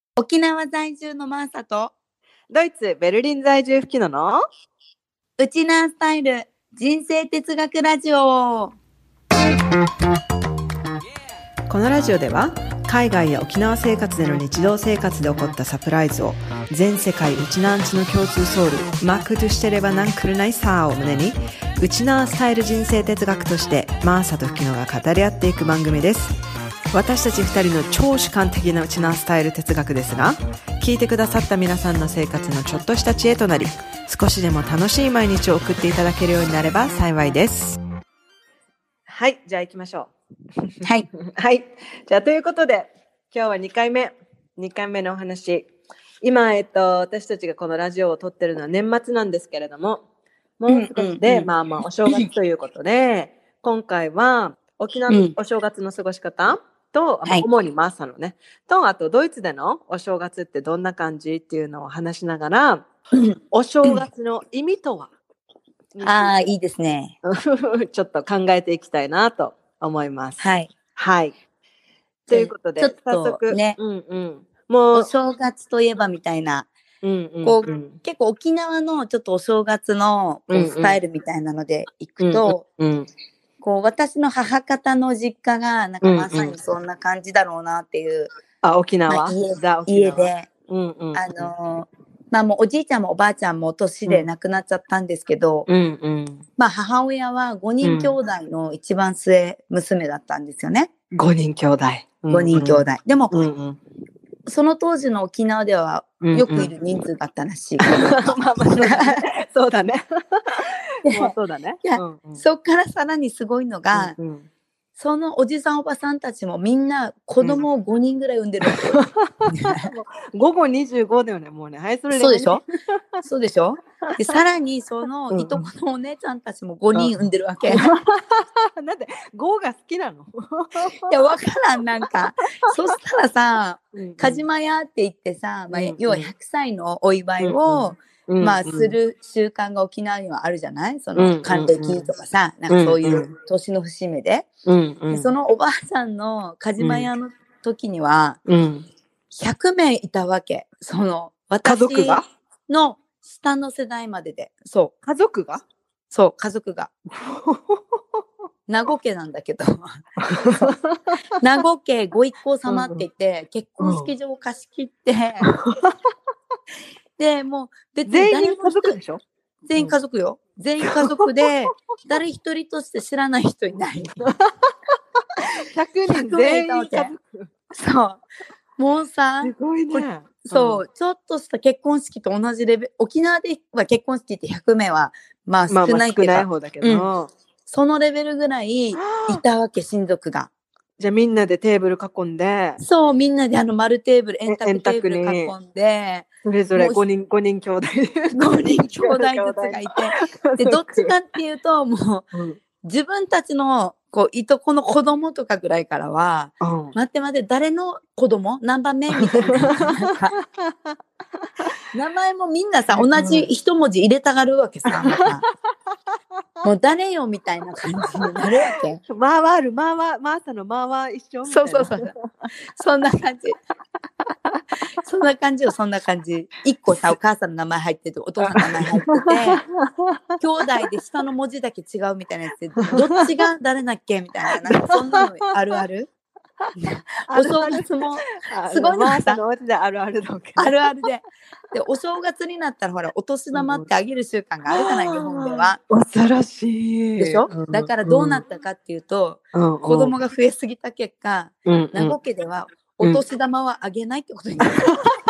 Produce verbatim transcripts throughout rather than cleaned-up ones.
沖縄在住のマーサとドイツベルリン在住吹野のウチナースタイル人生哲学ラジオ。 このラジオでは海外や沖縄生活での日常生活で起こったサプライズを全世界ウチナーンチの共通ソウルマックとしてればなんくるないさーを胸にウチナースタイル人生哲学としてマーサと吹野が語り合っていく番組です。私たちふたりの超主観的なウチナースタイル哲学ですが、聞いてくださった皆さんの生活のちょっとした知恵となり、少しでも楽しい毎日を送っていただけるようになれば幸いです。はい、じゃあ行きましょう。 はいはい、じゃあということで今日はにかいめにかいめのお話。今、えっと、私たちがこのラジオを撮ってるのは年末なんですけれども、もう少しで、 うんうんうん、 まあまあお正月ということで今回は沖縄のお正月の過ごし方、うんと、まあ、主にマーサのね、とあとドイツでのお正月ってどんな感じっていうのを話しながら、うん、お正月の意味とは、 うん、ああいいですねちょっと考えていきたいなと思います。 はいはいということでちょっと早速ね、 うんうん、もうお正月といえばみたいな、うんうんうん、こう結構沖縄のちょっとお正月のこうスタイルみたいなのでいくと、うんうんうん、こう私の母方の実家がなんかまさにそんな感じだろうなっていう、うんうん、 あ沖縄、 まあ、家, 沖縄家で、うんうんうん、あのまあもうおじいちゃんもおばあちゃんも年で亡くなっちゃったんですけど、うんうん、まあ母親はごにん兄弟の一番末娘だったんですよね。 ごにん兄弟、 うんうん、ごにん兄弟でも、うんうん、その当時の沖縄ではよくいる人数だったらしい、うんうん、まあまあそうだねもうそうだね、 うんうん、そっからさらにすごいのが、うんうん、そのおじさんおばさんたちもみんな子供をごにんぐらい産んでるわけよ、 うん、午後にじゅうごだよねもうね、はい、それでそうでしょそうでしょでさらにそのいとこのお姉ちゃんたちもごにん産んでるわけ、 うん、なんでごが好きなのいやわからんなんかそしたらさかじまやって言ってさ、まあ、要はひゃくさいのお祝いを、うんうんまあ、する習慣が沖縄にはあるじゃない、その還暦とかさ、うんうん、なんかそういう年の節目で、うんうん、でそのおばあさんのかじまやの時には、うん、ひゃくめいいたわけ、その私の下の世代までで、そう家族がそう家族が名護家なんだけど名護家ご一行様って言って、うん、結婚式場を貸し切って、うん、でもう別に全員家族でしょ、 全員家族よ、うん、全員家族で誰一人として知らない人いないひゃくにん全員家族そうもうさすごいね、 そう、うん、ちょっとした結婚式と同じレベル、沖縄では結婚式ってひゃくめいはまあ少ないけど、 まあ、まあ少ない方だけど、 うん、そのレベルぐらいいたわけ親族が。 じゃあみんなでテーブル囲んで、 そうみんなであの丸テーブル円卓テーブル囲んで、 それぞれごにんごにん兄弟ごにん兄弟ずつがいてでどっちかっていうともう、うん、自分たちのこういとこの子供とかぐらいからは、うん、待って待って誰の子供何番目みたいななんか名前もみんなさ同じ一文字入れたがるわけさ、またもう誰よみたいな感じになるわけ。 まあはある、まあはマーサのまあは一緒みたいな。 そうそうそうそんな感じそんな感じよ、そんな感じ。一個さお母さんの名前入っててお父さんの名前入ってて兄弟で下の文字だけ違うみたいなやつでどっちが誰だっけみたいな、なんかそんなのあるあるお正月もすごいなさ、 あるあるだけあるあるででお正月になったらほらお年玉ってあげる習慣があるじゃない、日本では。 恐ろしいでしょ、うん、だからどうなったかっていうと、うん、子供が増えすぎた結果、うん、名護家ではお年玉はあげないってことになる、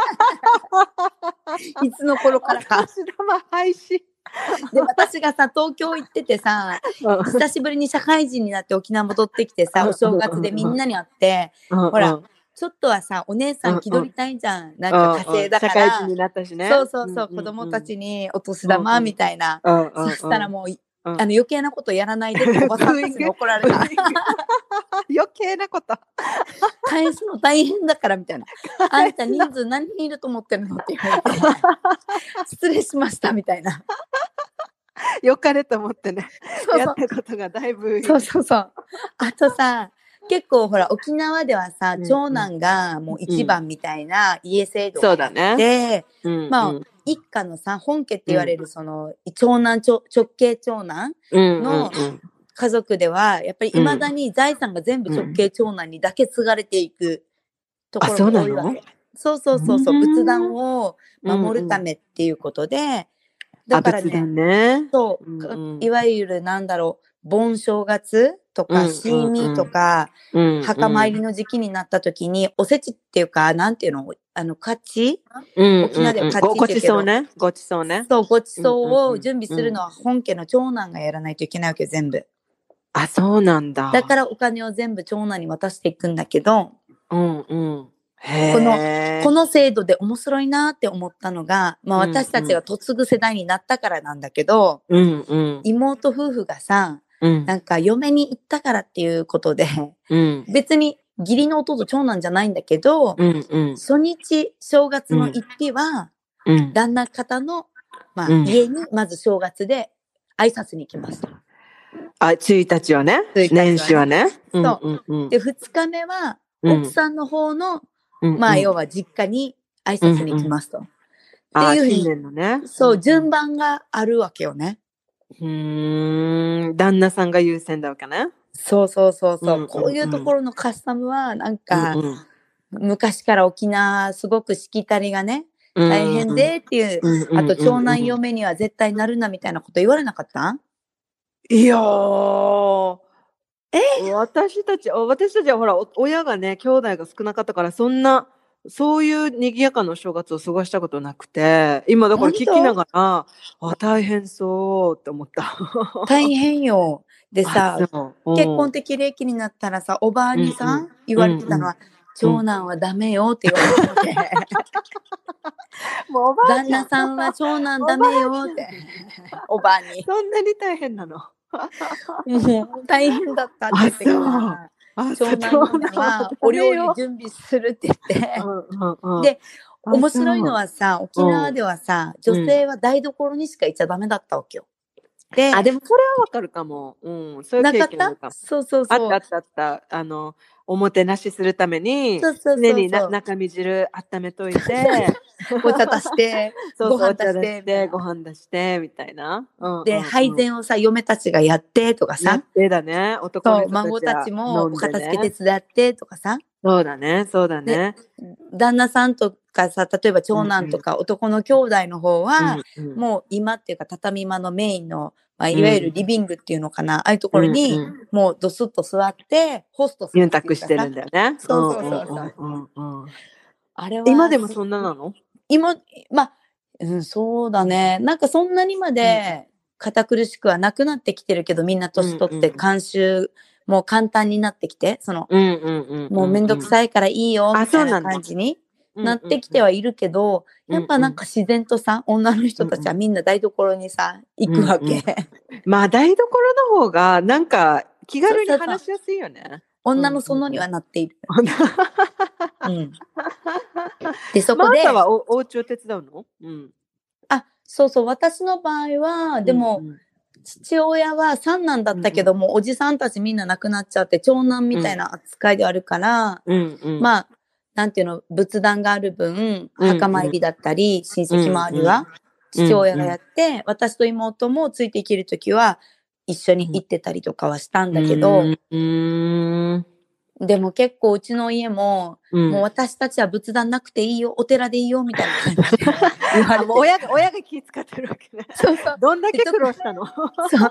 うん、いつの頃からかお年玉廃止で私がさ東京行っててさ久しぶりに社会人になって沖縄戻ってきてさお正月でみんなに会ってほらちょっとはさお姉さん気取りたいじゃん、うんうん、なんか家政だから社会人になったしね、 そうそうそう、うんうんうん、子供たちにお年玉みたいな、うんうん、そしたらもう、うん、あの余計なことやらないでっておばさんたちに怒られた余計なこと返すの大変だからみたいなあんた人数何人いると思ってるのって言われて失礼しましたみたいなよかれと思ってねそうそうやったことがだいぶそうそうそうあとさ結構ほら沖縄ではさ、長男がもう一番みたいな家制度があって、 そうだね。うんまあ、一家のさ本家って言われるその長男直系長男の家族ではやっぱりいまだに財産が全部直系長男にだけ継がれていくところも多いわけ。そうそうそうそう、仏壇を守るためっていうことで、だからね、 ねそう、うんうん、いわゆるなんだろう、盆正月とか、シーミーとか、うんうん、墓参りの時期になった時に、おせちっていうか、なんていうの、あの、勝ち、うんうんうん、沖縄では勝ちっていうけど、 ごちそうね。ごちそうね。 そう、ごちそうを準備するのは本家の長男がやらないといけないわけよ、全部。 あ、そうなんだ。 だからお金を全部長男に渡していくんだけど、 うんうん。 この、この制度で面白いなって思ったのが、まあ私たちが嫁ぐ世代になったからなんだけど、 うんうん、 妹夫婦がさ、うん、なんか嫁に行ったからっていうことで、うん、別に義理の弟長男じゃないんだけど、うんうん、初日正月の一日は、うん、旦那方の、まあうん、家にまず正月で挨拶に行きました。 あ、ついたちはね。年始はね。 そう。うんうんうん、で、二日目は、奥さんの方の、うん、まあ、要は実家に挨拶に行きますと。うんうん、っていうふうに、 新年のね、 そう、順番があるわけよね。 うーん、旦那さんが優先だわけね。 そうそうそうそう、うんうんうん。こういうところのカスタムは、なんか、うんうん、昔から沖縄、すごくしきたりがね、大変でっていう、うんうん、あと長男嫁には絶対なるなみたいなこと言われなかった？ いやー、え私たち、私たちはほら、親がね、兄弟が少なかったから、そんな、そういう賑やかな正月を過ごしたことなくて、今だから聞きながら、あ、大変そうって思った。 大変よ。でさ、結婚適齢期になったらさ、おばあにさ、うんうん、言われてたのは、うんうん、長男はダメよって言われてて。もうおばあ旦那さんは長男ダメよって。おばあに。 そんなに大変なの？ もう大変だったって言ってから。長男のはお料理準備するって言って。うんうんうん、で、面白いのはさ、沖縄ではさ、女性は台所にしかいちゃダメだったわけよ。 で、あ、でもそれはわかるかも。うん、そういう経験あるかも。 そうそうそう。 あったあったあった。あの、おもてなしするために、常にな中身汁温めといて、 お茶出して、 そうそうご飯出して、ご飯出して、みたいな。 うんうんうん、で、配膳をさ、嫁たちがやってとかさ。 やってだね。男の人たちは、 孫たちもお片付け手伝ってとかさ。 そうだね、そうだね。 旦那さんとかさ、例えば長男とか男の兄弟の方は、うんうん、もう今っていうか畳間のメインの、まあ、いわゆるリビングっていうのかな、うん、ああいうところに、もうドスッと座って、ホストするユンタクしてるんだよね。 そうそうそうそう。うんうんうん、 あれは今でもそんななの？ 今、まあ、うん、そうだね。なんかそんなにまで堅苦しくはなくなってきてるけど、みんな年取って慣習もう簡単になってきて、その、もうめんどくさいからいいよ、みたいな感じになってきてはいるけど、やっぱなんか自然とさ、女の人たちはみんな台所にさ、行くわけ。うんうん、 まあ台所の方がなんか気軽に話しやすいよね。そうそうそう、 女の園にはなっている。うん、で、そこで。 マーサは お, お家を手伝うの？うん。 あ、そうそう、私の場合は、でも、うんうん、父親は三男だったけども、うんうん、おじさんたちみんな亡くなっちゃって、長男みたいな扱いであるから、うんうん、まあ、なんていうの、仏壇がある分、墓参りだったり、うんうん、親戚周りは、父親がやって、うんうん、私と妹もついていけるときは、一緒に行ってたりとかはしたんだけど、うんうんでも結構うちの家も、うん、もう私たちは仏壇なくていいよ、お寺でいいよ、みたいな感じで言われて。 もう親が、親が気遣ってるわけね。そうそう。どんだけ苦労したの？そう。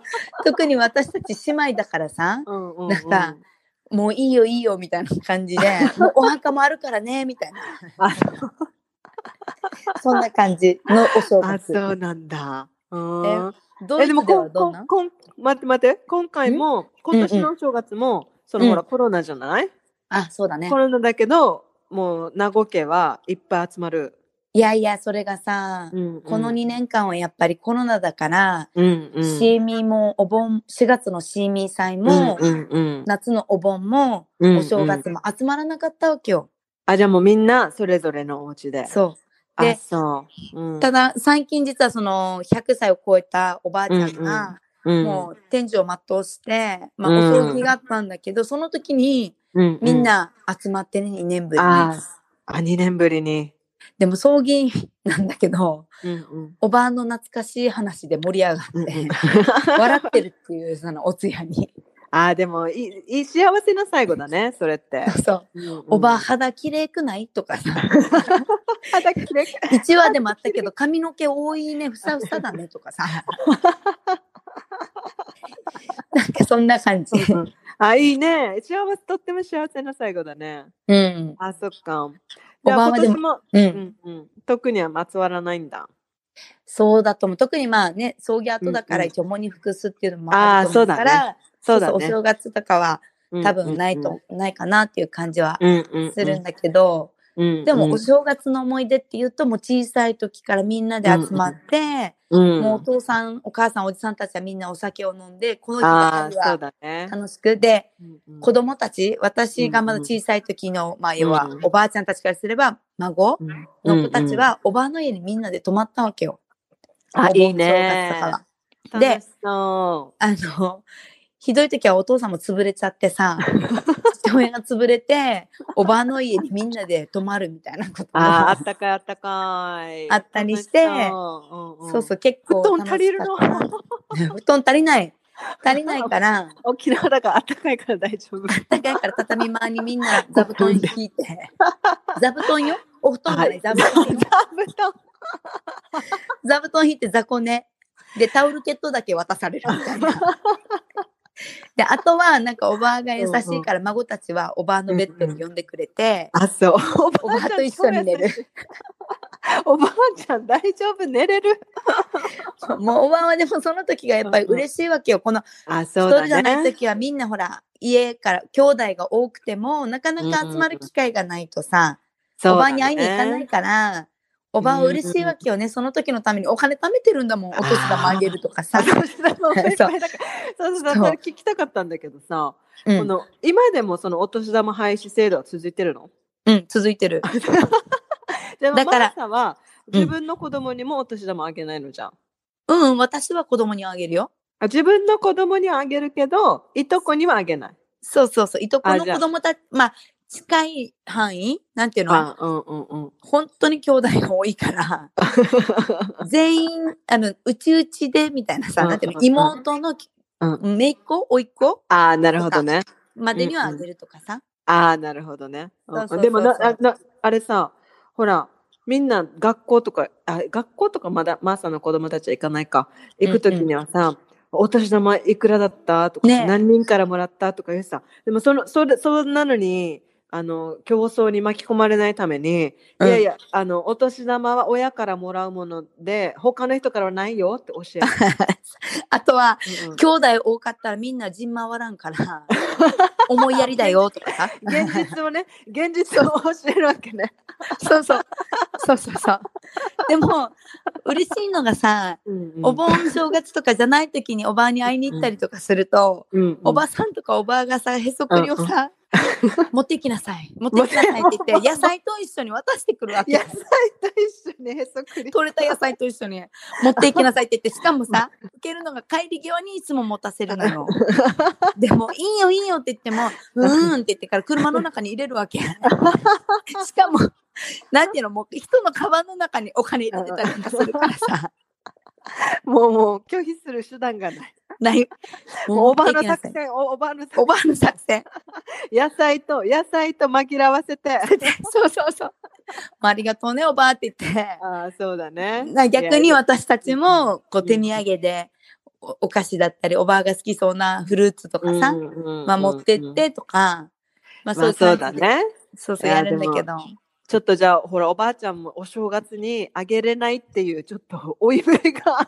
特に私たち姉妹だからさ、うんうんうん、なんか、もういいよいいよ、みたいな感じで、もうお墓もあるからね、みたいな。そんな感じのお正月。 あ、そうなんだ。うん、 え、ドイツではどんな？ こん待って待って、今回も、今年のお正月も、うんうん、そのほら、うん、コロナじゃない？ あ、そうだね。 コロナだけど、もう名護家はいっぱい集まる。 いやいや、それがさ、うんうん、このにねんかんはやっぱりコロナだから、うんうん、シーミーもお盆、しがつのシーミー祭も、うんうんうん、夏のお盆も、うんうん、お正月も集まらなかったわけよ。 あ、じゃあもうみんなそれぞれのお家で。 そう。で、そう、うん、ただ最近実はそのひゃくさいを超えたおばあちゃんが、うんうん、もう天寿を全うして、まあお葬儀があったんだけど、うん、その時にうんうん、 みんな集まってね、にねんぶりに。 ああ、にねんぶりに。 でも葬儀なんだけど、 うんうん、 おばあの懐かしい話で盛り上がって、うんうん、笑ってるっていう、そのお通夜に。 ああ、でもいい、いい幸せな最後だね、それって。 そう。うんうん、おばあ肌きれいくないとかさ。 肌きれいく。 いちわでもあったけど、髪の毛多いね、ふさふさだねとかさ。なんかそんな感じ。 うんうん、あ、いいね。幸せ、とっても幸せな最後だね。 うん。 あ、そっか。 じゃあ今年も、うんうんうん、特にはまつわらないんだ。 そうだと思う。特にまあね、葬儀後だから一応喪に服すっていうのもあると思うから、うんうん、あ、そうだね。そうだね。そうそう、お正月とかは多分ないと、うんうんうん、ないかなっていう感じはするんだけど、うんうんうん、でもお正月の思い出っていうと、もう小さい時からみんなで集まって、うんうん、もうお父さん、お母さん、おじさんたちはみんなお酒を飲んで、この日ばかりは楽しく、で、うんうん、子供たち、私がまだ小さい時の、まあ要はおばあちゃんたちからすれば、孫の子たちはおばあの家にみんなで泊まったわけよ。 あ、いいね。 で、あの、ひどい時はお父さんも潰れちゃってさ、父親が潰れて、おばあの家にみんなで泊まるみたいなこともあ、あったかいあったかい。 あったりして、そううんうん、そうそう、結構楽しかった。布団足りるの布団足りない。足りないから。 沖縄だからあったかいから大丈夫。 あったかいから畳間にみんな座布団引いて。座布団よお布団じゃない、座布団よ。座布団。座布団引いて雑魚寝。で、タオルケットだけ渡されるみたいな。で、あとは、なんかおばあが優しいから、孫たちはおばあのベッドに呼んでくれて、 うんうん、あ、そう。 おばあと一緒に寝る。 おばあちゃん大丈夫寝れるもうおばあはでもその時がやっぱり嬉しいわけよ。この一人じゃない時はみんなほら、家から兄弟が多くても、なかなか集まる機会がないとさ、うん、おばあに会いに行かないから、おばあは嬉しいわけよね、うん、その時のためにお金貯めてるんだもん、お年玉あげるとかさ。そうそうそう、それ聞きたかったんだけどさ、うん、この今でもそのお年玉廃止制度は続いてるの？ うん、続いてる。 でもだからマーサは自分の子供にもお年玉あげないのじゃん。 うん、うん、私は子供にあげるよ。 あ、自分の子供にはあげるけど、いとこにはあげない。 そうそうそう、いとこの子供たち、まあ近い範囲なんていうの、 あ、うんうんうん、 本当に兄弟が多いから全員あのうちうちでみたいなさ、なんていうの、妹の姪っ子甥っ子、 あ、なるほどね、 までにはあげるとかさ、うんうん、 あ、なるほどね。でもななあれさ、ほらみんな学校とか、あ、学校とかまだマーサの子供たちは行かないか、行くときにはさ、うんうん、お年玉いくらだったとか、ね、何人からもらったとか言うさ、でもそのそれそんなのにあの競争に巻き込まれないために、うん、いやいや、あのお年玉は親からもらうもので他の人からはないよって教えるあとは、うんうん、兄弟多かったらみんな陣回らんから思いやりだよとかさ現実をね現実を教えるわけねそうそうそうそうそうでも嬉しいのがさ、うんうん、お盆正月とかじゃない時におばあに会いに行ったりとかすると、うんうん、おばさんとかおばあがさへそくりをさ、うんうん持ってきなさい持ってきなさいって言って野菜と一緒に渡してくるわけ。 野菜と一緒にへそくり取れた野菜と一緒に持っていきなさいって言って、しかもさ受けるのが帰り際にいつも持たせるのよでもいいよいいよって言ってもうーんって言ってから車の中に入れるわけしかもなんていうの、もう人のカバンの中にお金入れてたりとかするからさもうもう拒否する手段がないないもうおばあの作戦おばあの作戦おばあの作戦野菜と野菜と紛らわせてそうそうそうありがとうねおばあって言って、 あ、そうだね、 逆に私たちもこう手土産でお, お菓子だったりおばあが好きそうなフルーツとかさ、うんうんうん、まあ、持ってってとか、まあ、そういう感じで、まあ、そうだね、そうそうやるんだけど、 ちょっとじゃあほらおばあちゃんもお正月にあげれないっていうちょっとおい目が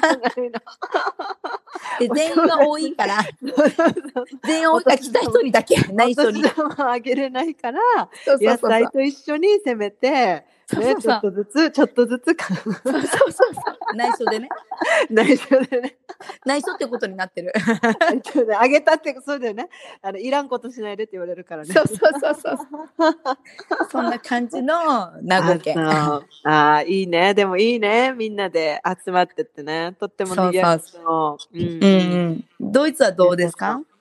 で全員が多いから全員多いから来た人にだけ内緒にあげれないからそうそうそうそう野菜と一緒にせめてね、そうそうそうちょっとずつちょっとずつそうそうそうそう内緒でね内緒でね内緒ってことになってるあげたってそうだよね、あのいらんことしないでって言われるからねそうそうそうそうそんな感じの名護県ああいいね、でもいいね、みんなで集まってってね、とっても賑やかそう、うんうん、 ドイツはどうですか？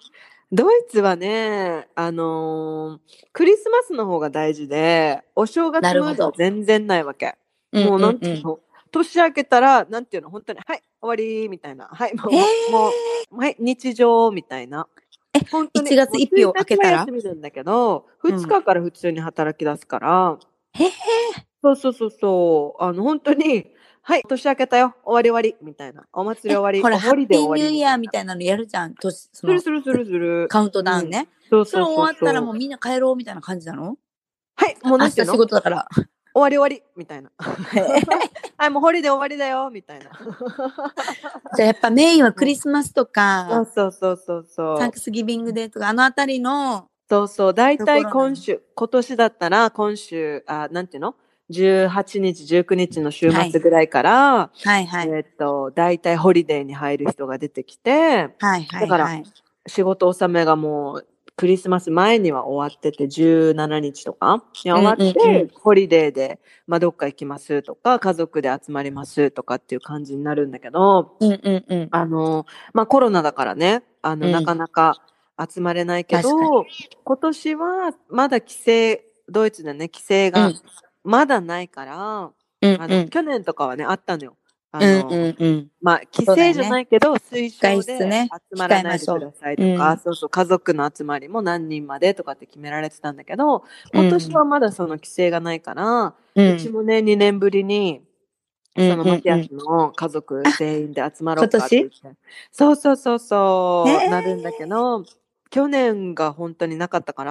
ドイツはね、あのークリスマスの方が大事で、お正月ムードは全然ないわけ。もうなんていうの、うんうんうん、年明けたら、なんていうの、本当に、はい、終わりみたいな。はい、もう、もうはい、日常みたいな。 え、本当にいちがつついたちを明けたら休みなんだけど、ふつかから普通に働き出すから。うん、 へえ。 そうそうそうそう。あの、本当に、はい、年明けたよ、終わり終わりみたいな。お祭り終わり。 ほら、ハッピーニューイヤーみみたいなのやるじゃん。年そのするするするする。 カウントダウンね。 うん、 そうそうそうそう。それ終わったらもうみんな帰ろうみたいな感じなの？ はい、もうなんていうの？ 明日仕事だから。 終わり終わりみたいな。はい、もうホリデー終わりだよみたいな。 じゃあやっぱメインはクリスマスとか、 そうそうそうそう。 サンクスギビングデーとか、あのあたりの。 そうそう、だいたい今週、今年だったら今週、あ、なんていうの？じゅうはちにち、じゅうくにちの週末ぐらいから、はい、はいはい。えっと、だいたいホリデーに入る人が出てきて、はいはいはい。だから、仕事納めがもう、クリスマス前には終わってて、じゅうしちにちとかに終わって、うんうんうん、ホリデーで、まあ、どっか行きますとか、家族で集まりますとかっていう感じになるんだけど、うんうんうん、あの、まあ、コロナだからね、あの、うん、なかなか集まれないけど、今年はまだ規制、ドイツでね、規制がまだないから、うん、あの、うん、去年とかはね、あったのよ。あの、うんうんうん、まあ、規制じゃないけど、ね、推奨で集まらないでくださいとか、うん、そうそう、家族の集まりも何人までとかって決められてたんだけど、今年はまだその規制がないから、うん、うちもね、にねんぶりに、そのマティアスの家族全員で集まろうかって言って。今年？そうそうそうそう、えー、なるんだけど、去年が本当になかったから、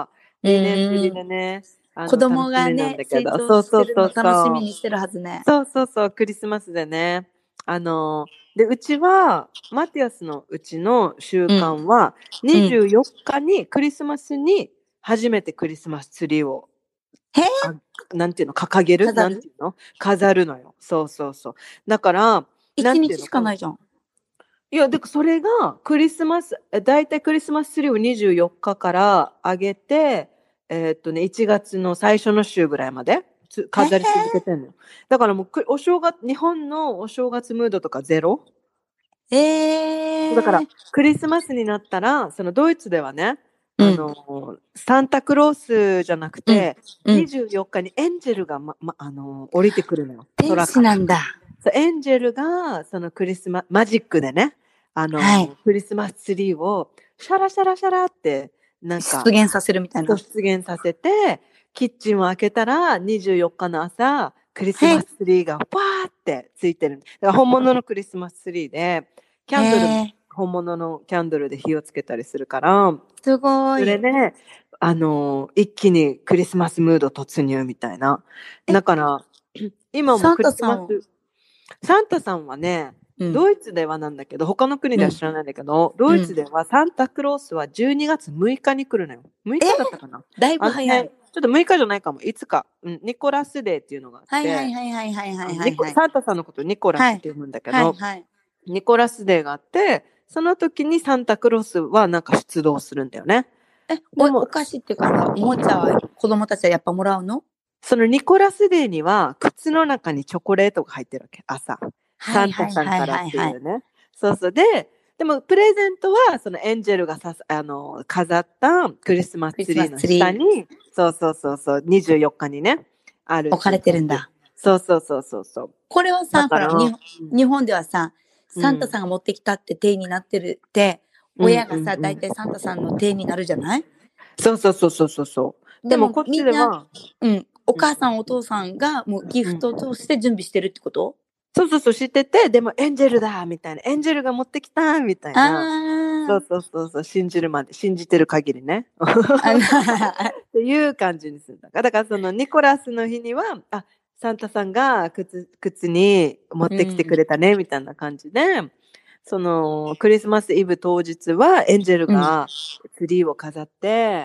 にねんぶりでね、 子供がね、成長してるの楽しみにしてるはずね。 そうそうそう、クリスマスでね。あの、で、うちは、マティアスのうちの習慣は、にじゅうよっかにクリスマスに初めてクリスマスツリーを、 へなんていうの、掲げるなんていうの飾るのよ。そうそうそう。だから、 いちにちしかないじゃん。 いや、で、それがクリスマス、だいたいクリスマスツリーをにじゅうよっかから上げて、えー、っとね、いちがつの最初の週ぐらいまで飾り続けてんのよ。だからもう、お正月、日本のお正月ムードとかゼロ。 えー、 だから、クリスマスになったら、そのドイツではね、あの、うん、サンタクロースじゃなくて、うんうん、にじゅうよっかにエンジェルが、まま、あの降りてくるのよ。 天使なんだ。 エンジェルが、そのクリスマ、マジックでね、あの、はい、クリスマスツリーを、シャラシャラシャラって、なんか、 出現させるみたいな。 出現させて、キッチンを開けたら、にじゅうよっかの朝、クリスマスツリーがパーってついてる。だから本物のクリスマスツリーで、キャンドルも本物のキャンドルで火をつけたりするから、 すごい。 それで、あの、一気にクリスマスムード突入みたいな。だから、今もクリスマス、サンタさんはね、うん、ドイツではなんだけど、他の国では知らないんだけど、うん、ドイツではサンタクロースはじゅうにがつむいかに来るのよ。むいかだったかな？ だいぶ早い。 ちょっとむいかじゃないかも。いつか。うん、ニコラスデーっていうのがあって。 はいはいはいはいはいはい、はい、 サンタさんのことをニコラスって呼ぶんだけど、はいはいはい、ニコラスデーがあって、その時にサンタクロースはなんか出動するんだよね。 え、お, お菓子っていうか、おもちゃは子供たちはやっぱもらうの？ そのニコラスデーには靴の中にチョコレートが入ってるわけ、朝。サンタさんからっていうね。そうそう。で、でもプレゼントはそのエンジェルがさあの飾ったクリスマスツリーの下に、そうそうそうそう、にじゅうよっかにね、ある。 置かれてるんだ。 そうそうそうそうそう。 これはさ、ほら、日本、日本ではさ、サンタさんが持ってきたって手になってるって、うん、親がさ、だいたいサンタさんの手になるじゃない？ そうそうそうそうそう。でもこっちでは、 うん、お母さんお父さんがもうギフトとして準備してるってこと？ そうそうそう、知ってて、でもエンジェルだみたいな、エンジェルが持ってきたみたいな。そうそうそうそう、信じるまで、信じてる限りね。っていう感じにするんだから、だからそのニコラスの日には、あ、サンタさんが靴、靴に持ってきてくれたね、みたいな感じで、うん、そのクリスマスイブ当日はエンジェルがツリーを飾って、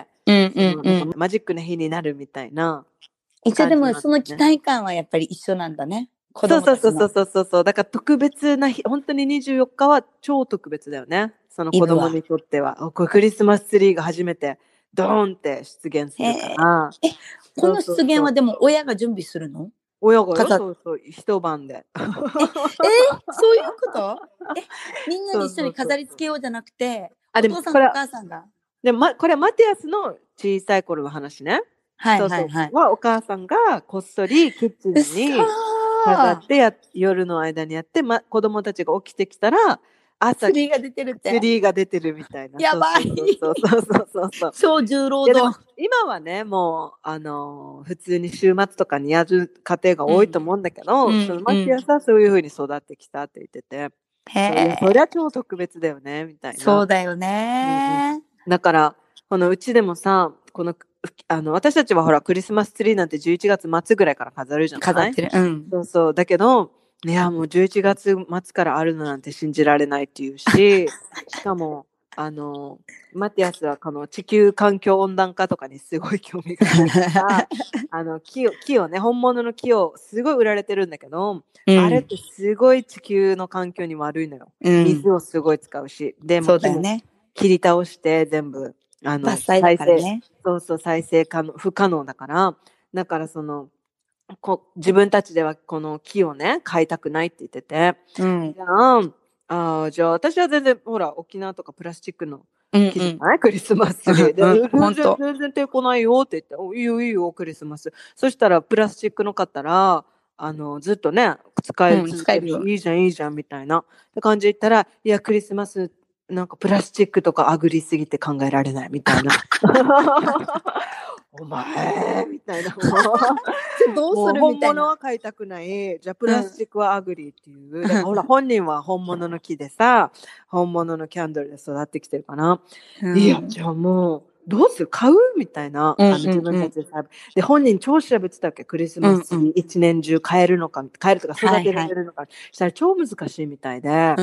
うんうんうん、マジックな日になるみたいな、 ね。一応でもその期待感はやっぱり一緒なんだね。 そうそうそうそうそうそう。だから特別な日、本当ににじゅうよっかは超特別だよね。その子供にとっては。これクリスマスツリーが初めてドーンって出現するから。 え、この出現はでも親が準備するの？ 親がよ、そうそう、一晩で。え、え、 そういうこと？え、みんなで一緒に飾り付けようじゃなくて、 あ、でもお父さんこれとお母さんが。 でも、ま、これはマティアスの小さい頃の話ね。 はいそうそうはいはい。 はお母さんがこっそりキッチンうっそにー飾ってや夜の間にやって、ま、子供たちが起きてきたら朝ツリーが出てるって。 ツリーが出てるみたいな。 やばい。 そうそうそうそうそう。 超重労いやでも働。 今はね、もうあの普通に週末とかにやる家庭が多いと思うんだけど、 うんそのマティアスはそういう風に育ってきたって言ってて、 へそういやえ。 そりゃ超特別だよねみたいな。 そうだようんうんね。 だからこのうちでもさ、このあの私たちはほらクリスマスツリーなんてじゅういちがつ末ぐらいから飾るじゃない？ 飾ってる。うん。 そうそうだけど、いやもうじゅういちがつ末からあるのなんて信じられないっていうし、しかもあのマティアスはこの地球環境温暖化とかにすごい興味があるからあの木を木をね本物の木をすごい売られてるんだけど、 うん、 あれってすごい地球の環境に悪いのよ、うん、水をすごい使うし、でも木も切り倒して全部あの伐採だからね。 そうそう再生可能不可能だから、だからそのこ自分たちではこの木をね買いたくないって言ってて、うん、じゃああじゃあ私は全然ほら沖縄とかプラスチックの木じゃない、うんうん、クリスマスツリーで、うん、全然全然抵抗ないよって言って、おいいよいいよクリスマス、そしたらプラスチックの買ったらあのずっとね使える、うん、使えるいいじゃんいいじゃんみたいなって感じで言ったら、いやクリスマスなんかプラスチックとかあぐりすぎて考えられないみたいなお前みたいなどうするみたいな、本物は買いたくない、じゃあプラスチックはアグリーっていう、うん、だからほら本人は本物の木でさ本物のキャンドルで育ってきてるかな、うん、いやじゃあもうどうする買うみたいな、うんうんうん、あの自分たちでさで本人超調べてたっけ、クリスマスに一年中買えるのか買えるとか育てられるのか、はいはい、したら超難しいみたいで、うん、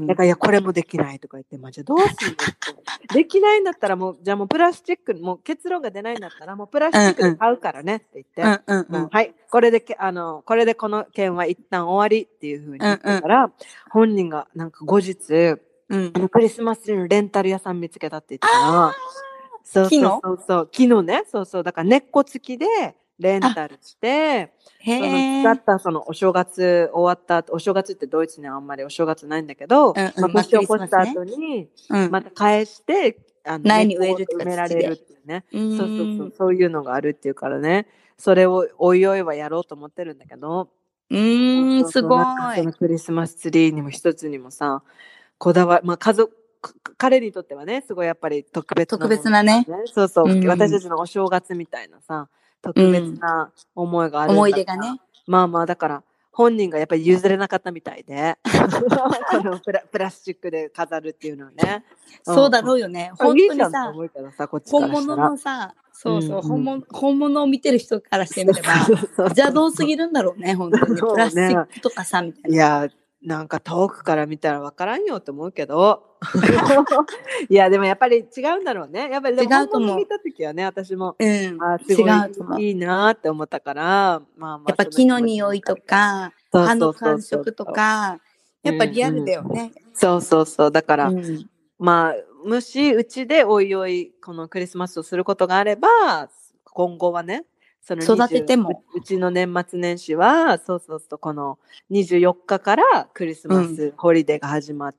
だからいやこれもできないとか言って、まあ、じゃあどうするのできないんだったらもうじゃあもうプラスチックもう結論が出ないんだったらもうプラスチックで買うからねって言って、うんうんもうはいこれであのこれでこの件は一旦終わりっていう風に言ってたら、うんうん、本人がなんか後日、うん、あのクリスマスのレンタル屋さん見つけたって言ってたら、そうそうそうそう木のねそうそうだから根っこ付きでレンタルしてその使ったそのお正月終わったお正月ってドイツにはあんまりお正月ないんだけど、うんうんまあ、年を越した後にまた返して、うん、あの苗に植える埋められるっていうね、そうそうそうそういうのがあるっていうからね、それをおいおいはやろうと思ってるんだけど、 うーんすごいそのクリスマスツリーにも一つにもさこだわり、まあ、家族彼にとってはねすごいやっぱり特別な、 特別なねそうそう、うん、私たちのお正月みたいなさ特別な思いがあるんだ、 うん、思い出がね、 まあまあだから本人がやっぱり譲れなかったみたいでこのプ ラ, プラスチックで飾るっていうのはね、 うん、そうだろうよね、本当にささ本物のさそうそう、うんうん、本物本物を見てる人からしてみれば邪道すぎるんだろうね本当にねプラスチックとかさみたいな、 いやなんか遠くから見たら分からんよと思うけどいやでもやっぱり違うんだろうね、やっぱりでも本物見た時はね私も、うん、あすごいいいなって思ったから、まあ、まあやっぱ木の匂いとか葉の感触とかやっぱリアルだよね、うんうん、 そうそうそうだから、うん、まあもしうちでおいおいこのクリスマスをすることがあれば今後はねその育ててもう, うちの年末年始はそうそうそうこのにじゅうよっかからクリスマスホリデーが始まって、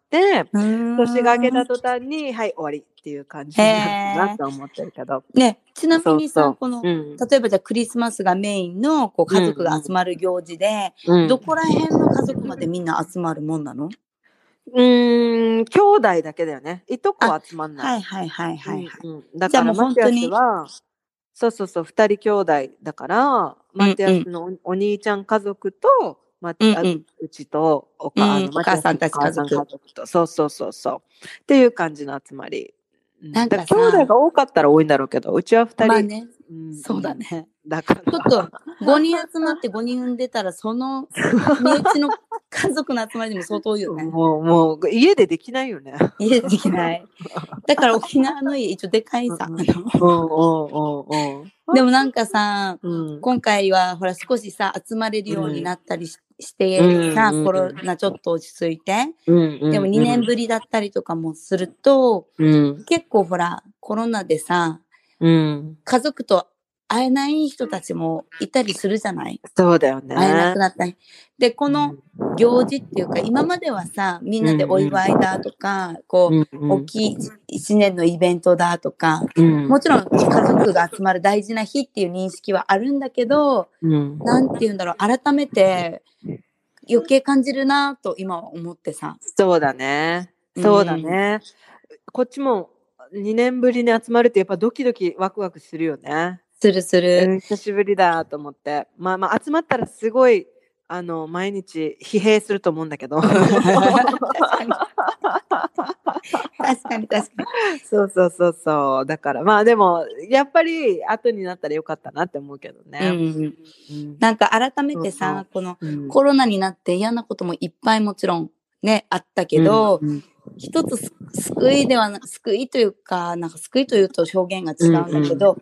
うん、年が明けた途端にはい終わりっていう感じになるなと思ってるけど、 ね、ちなみにさそうそうこの、うん、例えばじゃあクリスマスがメインのこう家族が集まる行事で、うんうん、どこら辺の家族までみんな集まるもんなの？ うーん兄弟だけだよね、いとこは集まんない、 はいはいはいはい、はいうんうん、だからマティアスはそうそうそうふたり兄弟だからマティアスの お,、うんうん、お兄ちゃん家族と、まうんうん、うちとおか、うん、あのお母さんたち家族とそうそうそうそうっていう感じの集まりなんか兄弟が多かったら多いんだろうけどうちはふたり、 まあねうん、そうだねだからちょっとごにん集まってごにん産んでたらその身内の家族の集まりでも相当多いよねもうもう家でできないよね家でできないだから沖縄の家一応でかいさ、うん、でもなんかさ、うん、今回はほら少しさ集まれるようになったり し,、うん、してさ、うん、コロナちょっと落ち着いて、うん、でもにねんぶりだったりとかもすると、うん、結構ほらコロナでさ、うん、家族と会えない人たちもいたりするじゃない。 そうだよね。 会えなくなったり。で、この行事っていうか、今まではさ、みんなでお祝いだとか、うん、こう、うんうん、大きい一年のイベントだとか、うん、もちろん家族が集まる大事な日っていう認識はあるんだけど、うん、なんて言うんだろう、改めて余計感じるなと今は思ってさ。 そうだね。そうだね。うん、こっちもにねんぶりに集まるってやっぱドキドキワクワクするよね。 するする、 うん、久しぶりだと思って、まあまあ集まったらすごいあの毎日疲弊すると思うんだけど確かに確かに確かにそうそうそうそう。だからまあでもやっぱり後になったらよかったなって思うけどね、 うんうん、なんか改めてさ、そうそう、この、うん、コロナになって嫌なこともいっぱいもちろんねあったけど、うんうん、一つ救いではな救いというかなんか救いというと表現が違うんだけど、うんうん、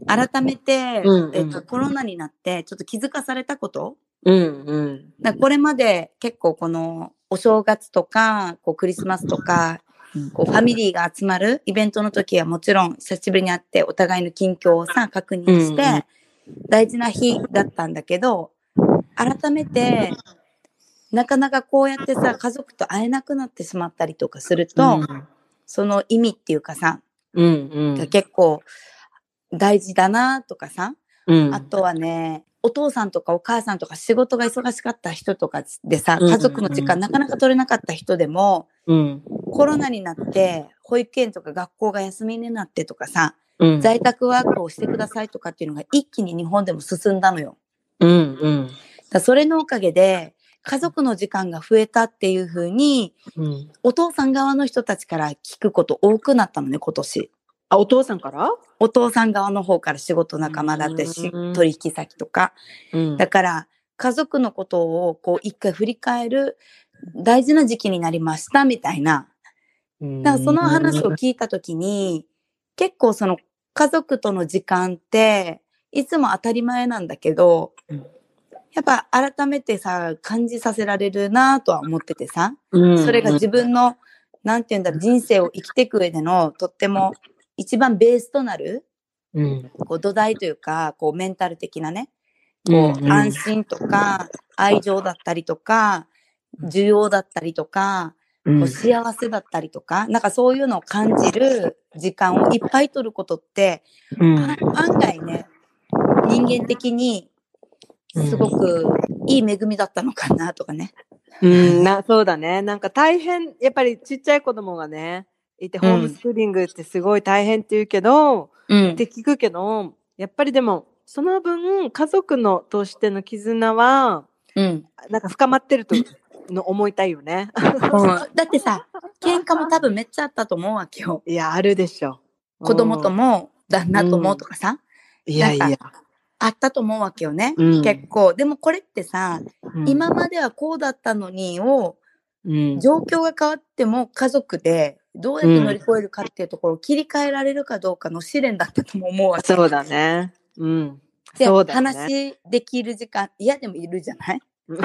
改めて、うんうん、えっと、コロナになってちょっと気づかされたこと、うんうん、だこれまで結構このお正月とかこうクリスマスとかこうファミリーが集まるイベントの時はもちろん久しぶりに会ってお互いの近況をさ確認して大事な日だったんだけど、改めてなかなかこうやってさ家族と会えなくなってしまったりとかすると、うん、その意味っていうかさ、うんうん、結構大事だなとかさ、うん、あとはねお父さんとかお母さんとか仕事が忙しかった人とかでさ家族の時間なかなか取れなかった人でも、うん、コロナになって保育園とか学校が休みになってとかさ、うん、在宅ワークをしてくださいとかっていうのが一気に日本でも進んだのよ、うんうん、だそれのおかげで家族の時間が増えたっていう風に、うん、お父さん側の人たちから聞くこと多くなったのね今年。 あ、お父さんから？ お父さん側の方から仕事仲間だってし取引先とか、うん、だから家族のことをこう一回振り返る大事な時期になりましたみたいな。だからその話を聞いたときに結構その家族との時間っていつも当たり前なんだけど、うん、やっぱ改めてさ感じさせられるなとは思っててさ、うん、それが自分のなんていうんだろう人生を生きていく上でのとっても一番ベースとなる、うん、こう土台というかこうメンタル的なねこう、うん、安心とか愛情だったりとか需要だったりとか、うん、こう幸せだったりとかなんかそういうのを感じる時間をいっぱい取ることって、うん、案外ね人間的にすごくいい恵みだったのかなとかね、 うん、なそうだね。なんか大変やっぱりちっちゃい子供がねいてホームスクーリングってすごい大変って言うけど、うん、って聞くけどやっぱりでもその分家族のとしての絆は、うん、なんか深まってるとの思いたいよね、うん、 だってさ喧嘩も多分めっちゃあったと思うわけよ。 いやあるでしょ。 子供とも旦那ともとかさ、 うん、いやいやあったと思うわけよね、うん、結構。でもこれってさ、うん、今まではこうだったのにを、うん、状況が変わっても家族でどうやって乗り越えるかっていうところを切り替えられるかどうかの試練だったとも思うわけ。 そうだね。うん。 で、 そうだね、 話できる時間、嫌でもいるじゃない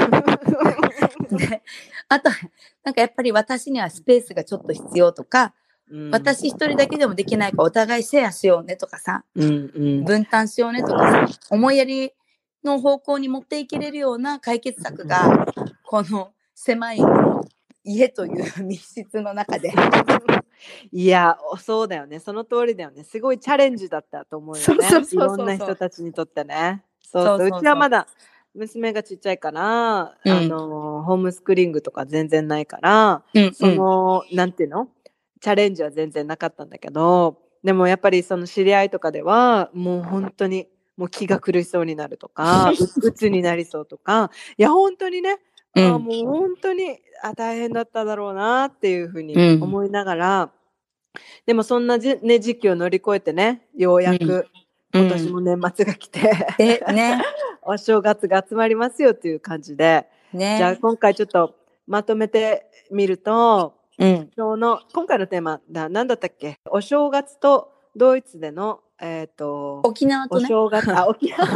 で、あと、なんかやっぱり私にはスペースがちょっと必要とか、うん、私一人だけでもできないからお互いシェアしようねとかさ、うんうん、分担しようねとかさ、思いやりの方向に持っていけれるような解決策が、この狭い家という密室の中でいやそうだよね、その通りだよね。すごいチャレンジだったと思うよね。そうそうそうそう、いろんな人たちにとってね。そうそう、そうそうそう、うちはまだ娘がちっちゃいから、うん、あのホームスクリーングとか全然ないから、うん、その、うん、なんていうのチャレンジは全然なかったんだけど、でもやっぱりその知り合いとかではもう本当にもう気が苦しそうになるとかうつになりそうとか、いや本当にね、うん、あもう本当にあ大変だっただろうなっていうふうに思いながら、うん、でもそんなじ、ね、時期を乗り越えてね、ようやく今年も年末が来て、うんね、お正月が集まりますよっていう感じで、ね、じゃあ今回ちょっとまとめてみると、うん、今日の今回のテーマだ何だったっけ？お正月とドイツでの、えー、と沖縄とね、 お正月あ沖縄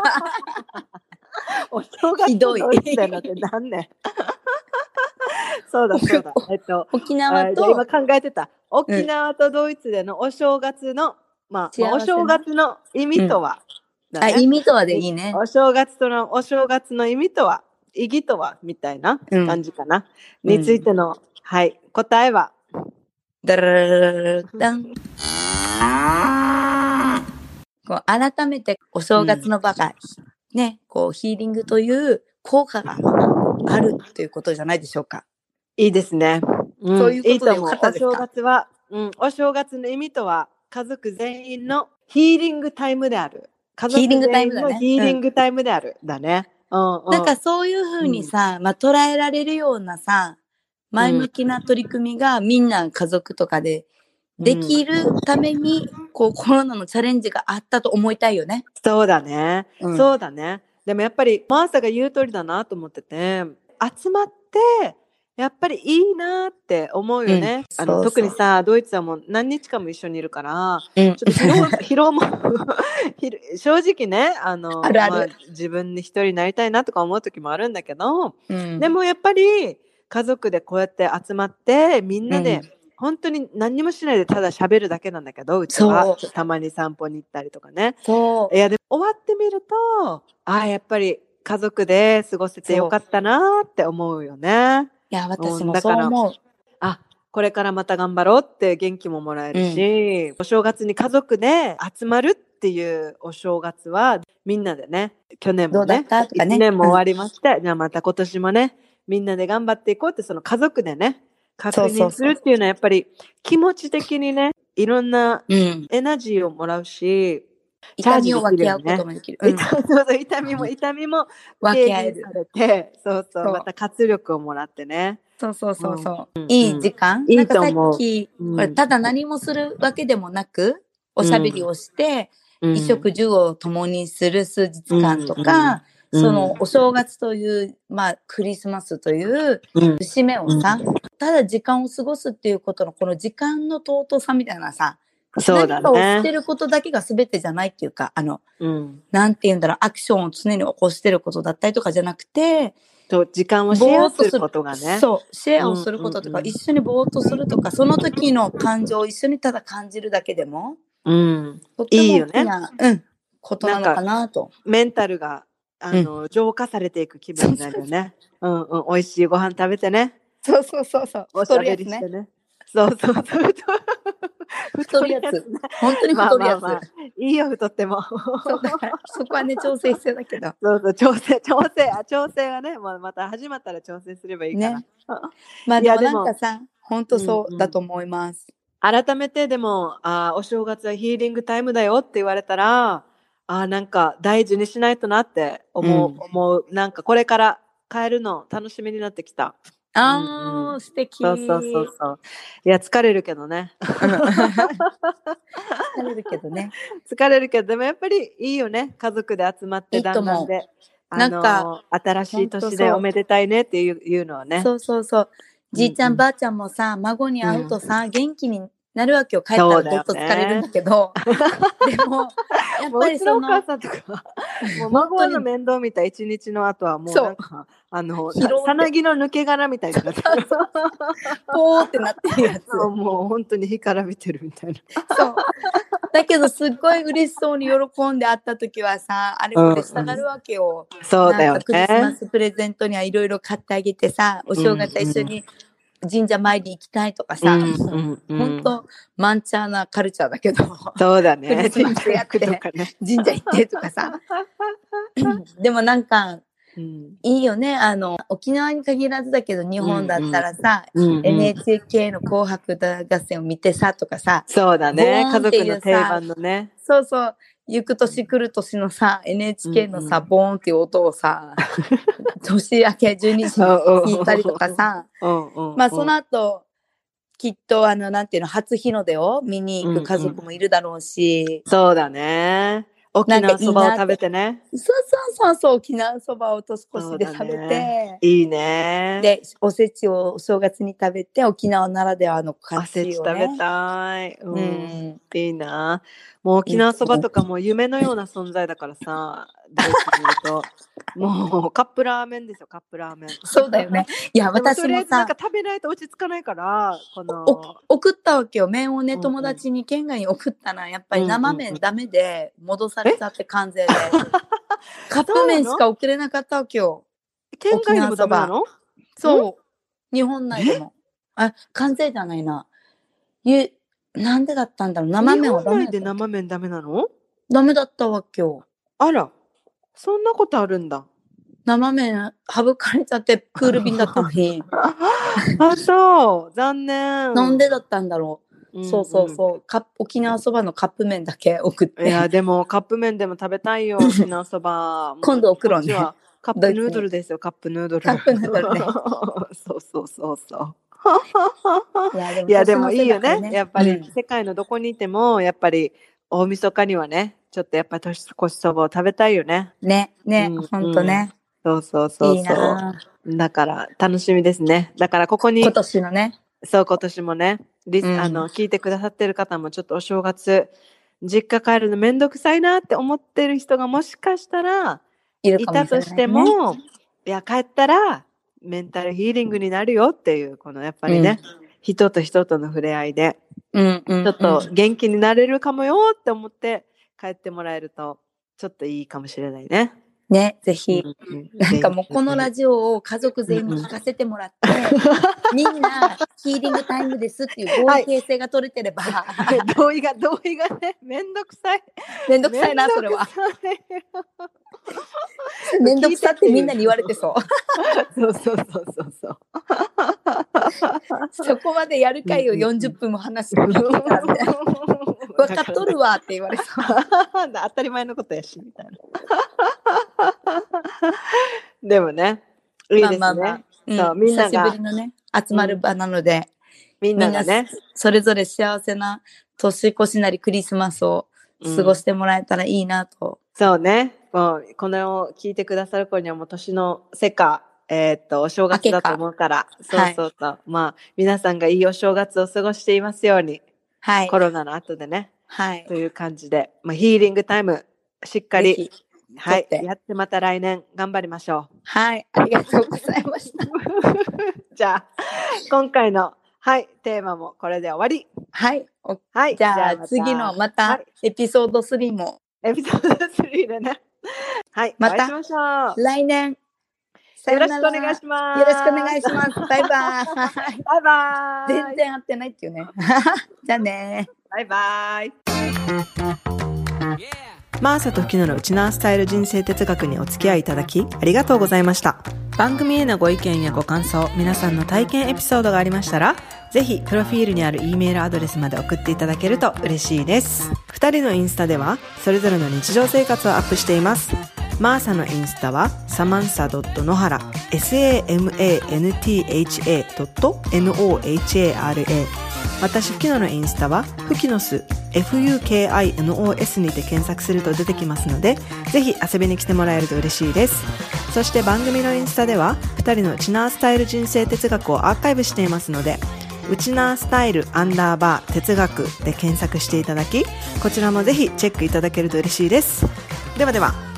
お正月とドイツでのって何年そうだそうだ、えっと、 沖縄と、 えー、今考えてた沖縄とドイツでのお正月の、うん、まあ、まあ、お正月の意味とは、 あ、意味とはでいいね。 お正月との、お正月の意味とは、意義とは、みたいな感じかな。うん、についての、はい、答えは、 ダララララダン。こう改めてお正月の場が、うん、ね、こうヒーリングという効果があるということじゃないでしょうか。 いいですね。 うん、そういうことでよかったですか。 お正月は、うん、お正月の意味とは家族全員のヒーリングタイムである。家族全員のヒーリングタイムである。だね。うんうん、 なんかそういうふうにさ、うん、まあ捉えられるようなさ、前向きな取り組みがみんな家族とかでできるために、うん、こうコロナのチャレンジがあったと思いたいよね。 そうだね。うん、そうだね。でもやっぱりマーサが言う通りだなと思ってて、集まってやっぱりいいなって思うよね。うん、あのそうそう特にさドイツはもう何日間も一緒にいるから、うん、ちょっと疲労疲労も正直ねあのあるある、 まあ、自分に一人になりたいなとか思う時もあるんだけど、うん、でもやっぱり家族でこうやって集まってみんなで、うん、本当に何にもしないでただ喋るだけなんだけど、うちはたまに散歩に行ったりとかね。 そういやでも終わってみるとああやっぱり家族で過ごせてよかったなって思うよね。 いや私もそう思う、うん、 あこれからまた頑張ろうって元気ももらえるし、うん、お正月に家族で集まるっていうお正月はみんなでね去年も ね, ねいちねんも終わりまして、うん、じゃあまた今年もねみんなで頑張っていこうってその家族でね確認するっていうのはやっぱり気持ち的にねいろんなエナジーをもらうし、 痛みを分け合うこともできる。 うん、そうそう痛みも痛みも分け合える。 されて、そうそうまた活力をもらってね。 そうそうそうそう。うん、いい時間。 いいと思う。 なんかさっき、うん、これただ何もするわけでもなく、おしゃべりをして、うん、衣食住を共にする数日間とか、うん、そのお正月という、まあクリスマスという節目をさ、うん、ただ時間を過ごすっていうことのこの時間の尊さみたいなさ、 そうだね、 何かをしてることだけが全てじゃないっていうか、あの、うん、なんて言うんだろう、アクションを常に起こしてることだったりとかじゃなくて、 と時間をシェアすることがね。 そう、シェアをすることとか、うんうんうん、一緒にぼーっとするとか、その時の感情を一緒にただ感じるだけでも、 うん、 とっても大きな、いいよね、うん、ことなのかなと。 メンタルが、あの、うん、浄化されていく気分になるよね。うんうん、美味しいご飯食べてね。 そうそうそうそう。 おしゃべりしてね。そうそうそう。 太るやつ。本当に太るやつ。まあまあまあ、 いいよ、太っても。 そうだからそこはね、調整必要だけど。 そうそう、調整、調整、あ、調整はね、まあ、また始まったら調整すればいいから。ね、 まあでもなんかさ、本当そうだと思います。 うんうん、改めてでもあ、お正月はヒーリングタイムだよって言われたら、あ、なんか大事にしないとなって思う、うん、思う。なんかこれから変えるの楽しみになってきた。 あー、うんうん、素敵。 そうそうそうそう。いや、疲れるけどね。 疲れるけどね。 疲れるけど、でもやっぱりいいよね。家族で集まってだんだんで。あのー、なんか、新しい年でおめでたいねっていう、いうのはね。 そうそうそう。じいちゃん、うんうん、ばあちゃんもさ、孫に会うとさ、うん、元気になるわけよ。帰ったらどっと疲れるんだけど。でも、やっぱりその。 うちのお母さんとか、もう孫の面倒見た一日の後はもうなんか、あの、さなぎの抜け殻みたいになってる。 ポーってなってるやつ。 もう本当に干からびてるみたいな。 そう。だけどすっごい嬉しそうに喜んで会った時はさ、あれこれしたがるわけよ。 うんうん、そうだよね。 クリスマスプレゼントにはいろいろ買ってあげてさ、お正月一緒に神社参り行きたいとかさ、うんうんうん、本当マンチャーなカルチャーだけど。 そうだね。 クリスマスやって神社行ってとかさ。でもなんか、うん、いいよね。あの、沖縄に限らずだけど、日本だったらさ、うんうん、エヌエイチケー の紅白歌合戦を見てさ、とかさ。 そうだね。家族の定番のね。 そうそう。行く年来る年のさ、エヌエイチケー のさ、うんうん、ボーンっていう音をさ、年明けじゅうにじに聞いたりとかさ。まあ、その後、きっと、あの、なんていうの、初日の出を見に行く家族もいるだろうし。 うんうん、そうだね。沖縄そばを食べてね。 そうそうそうそう、沖縄そばを年越しで食べて、ね、 いいね。 で、おせちをお正月に食べて、沖縄ならではのおせち食べたい、うんうん、いいな。もう沖縄そばとかも夢のような存在だからさ、 ドイツにいるともうカップラーメンですよ、カップラーメン。 そうだよね。いや、私もさ、 とりあえずなんか食べないと落ち着かないから、この送ったわけよ。麺をね、友達に県外に送ったら、やっぱり生麺ダメで戻されちゃって、関税で。カップ麺しか送れなかったわけよ。 県外でもダメなの？ そう。日本内でも。あ、関税じゃないな。ゆ、なんでだったんだろう。生麺はダメだった。 日本内で生麺ダメなの？ ダメだったわけよ。 あら、そんなことあるんだ。 生麺省かれちゃってクール便だったのに。 あ、そう。残念。 なんでだったんだろう。うんうん、そうそうそう。カ沖縄そばのカップ麺だけ送って。 いや、でもカップ麺でも食べたいよ、沖縄そば。 今度送ろうね。 カップヌードルですよ、カップヌードル。 カップヌードルね。 そうそうそうそう。いや、でもいいよね。やっぱり、世界のどこにいても、やっぱり、大晦日にはね、ちょっとやっぱり年越しそばを食べたいよね。 ね、ね、うん、ほんとね。 そうそうそうそう。いいな。だから楽しみですね。だからここに今年のね。 そう今年もね、リス、うん、あの聞いてくださってる方もちょっとお正月実家帰るのめんどくさいなって思ってる人がもしかしたらいたとしても、いや帰ったらメンタルヒーリングになるよっていうこのやっぱりね、うん、人と人との触れ合いで、うんうんうん、ちょっと元気になれるかもよって思って帰ってもらえるとちょっといいかもしれないね。 ね、ぜひ、うんうん、なんかもうこのラジオを家族全員に聞かせてもらって、うん、みんなヒーリングタイムですっていう合意形成が取れてれば、 はい、同意が同意がね、めんどくさいめんどくさいなそれはめんどくさってみんなに言われてそうそうそうそうそうそうそこまでやる会をよんじゅっぷんも話してくれたらみたいな分かっとるわって言われそう当たり前のことやしみたいなでもね、いいですね。まあまあまあ、 そう、うん、みんなが久しぶりのね、集まる場なので、 うん、みんながね、 それぞれ幸せな年越しなりクリスマスを過ごしてもらえたらいいなと。 うん、そうね。もうこのを聞いてくださる頃にはもう年の瀬か、えー、っとお正月だと思うから、そうそうそう、はい、まあ皆さんがいいお正月を過ごしていますように、はい、コロナの後でね、はい、という感じで、まあヒーリングタイムしっかり。はい、やってまた来年頑張りましょう。 はい、ありがとうございました。 じゃあ今回のはいテーマもこれで終わり。 はい、はい、じゃあ、じゃあ次のまたエピソードスリーも、 はい、エピソードスリーでね。はい、 またしましょう。 来年よろしくお願いします。 よろしくお願いします。バイバイ。 バイバイ。 全然合ってないっていうね。じゃあね。 バイバイ。 マーサとフキノのウチナースタイル人生哲学にお付き合いいただきありがとうございました。番組へのご意見やご感想、皆さんの体験エピソードがありましたら、ぜひプロフィールにある E メールアドレスまで送っていただけると嬉しいです。ふたりのインスタではそれぞれの日常生活をアップしています。マーサのインスタはサマンサ .nohara samantha.nohara。 私フキノのインスタはフキノス フユーケーアイエヌオーエス にて検索すると出てきますので、ぜひ遊びに来てもらえると嬉しいです。そして番組のインスタではふたりのウチナースタイル人生哲学をアーカイブしていますので、ウチナースタイルアンダーバー哲学で検索していただき、こちらもぜひチェックいただけると嬉しいです。ではでは。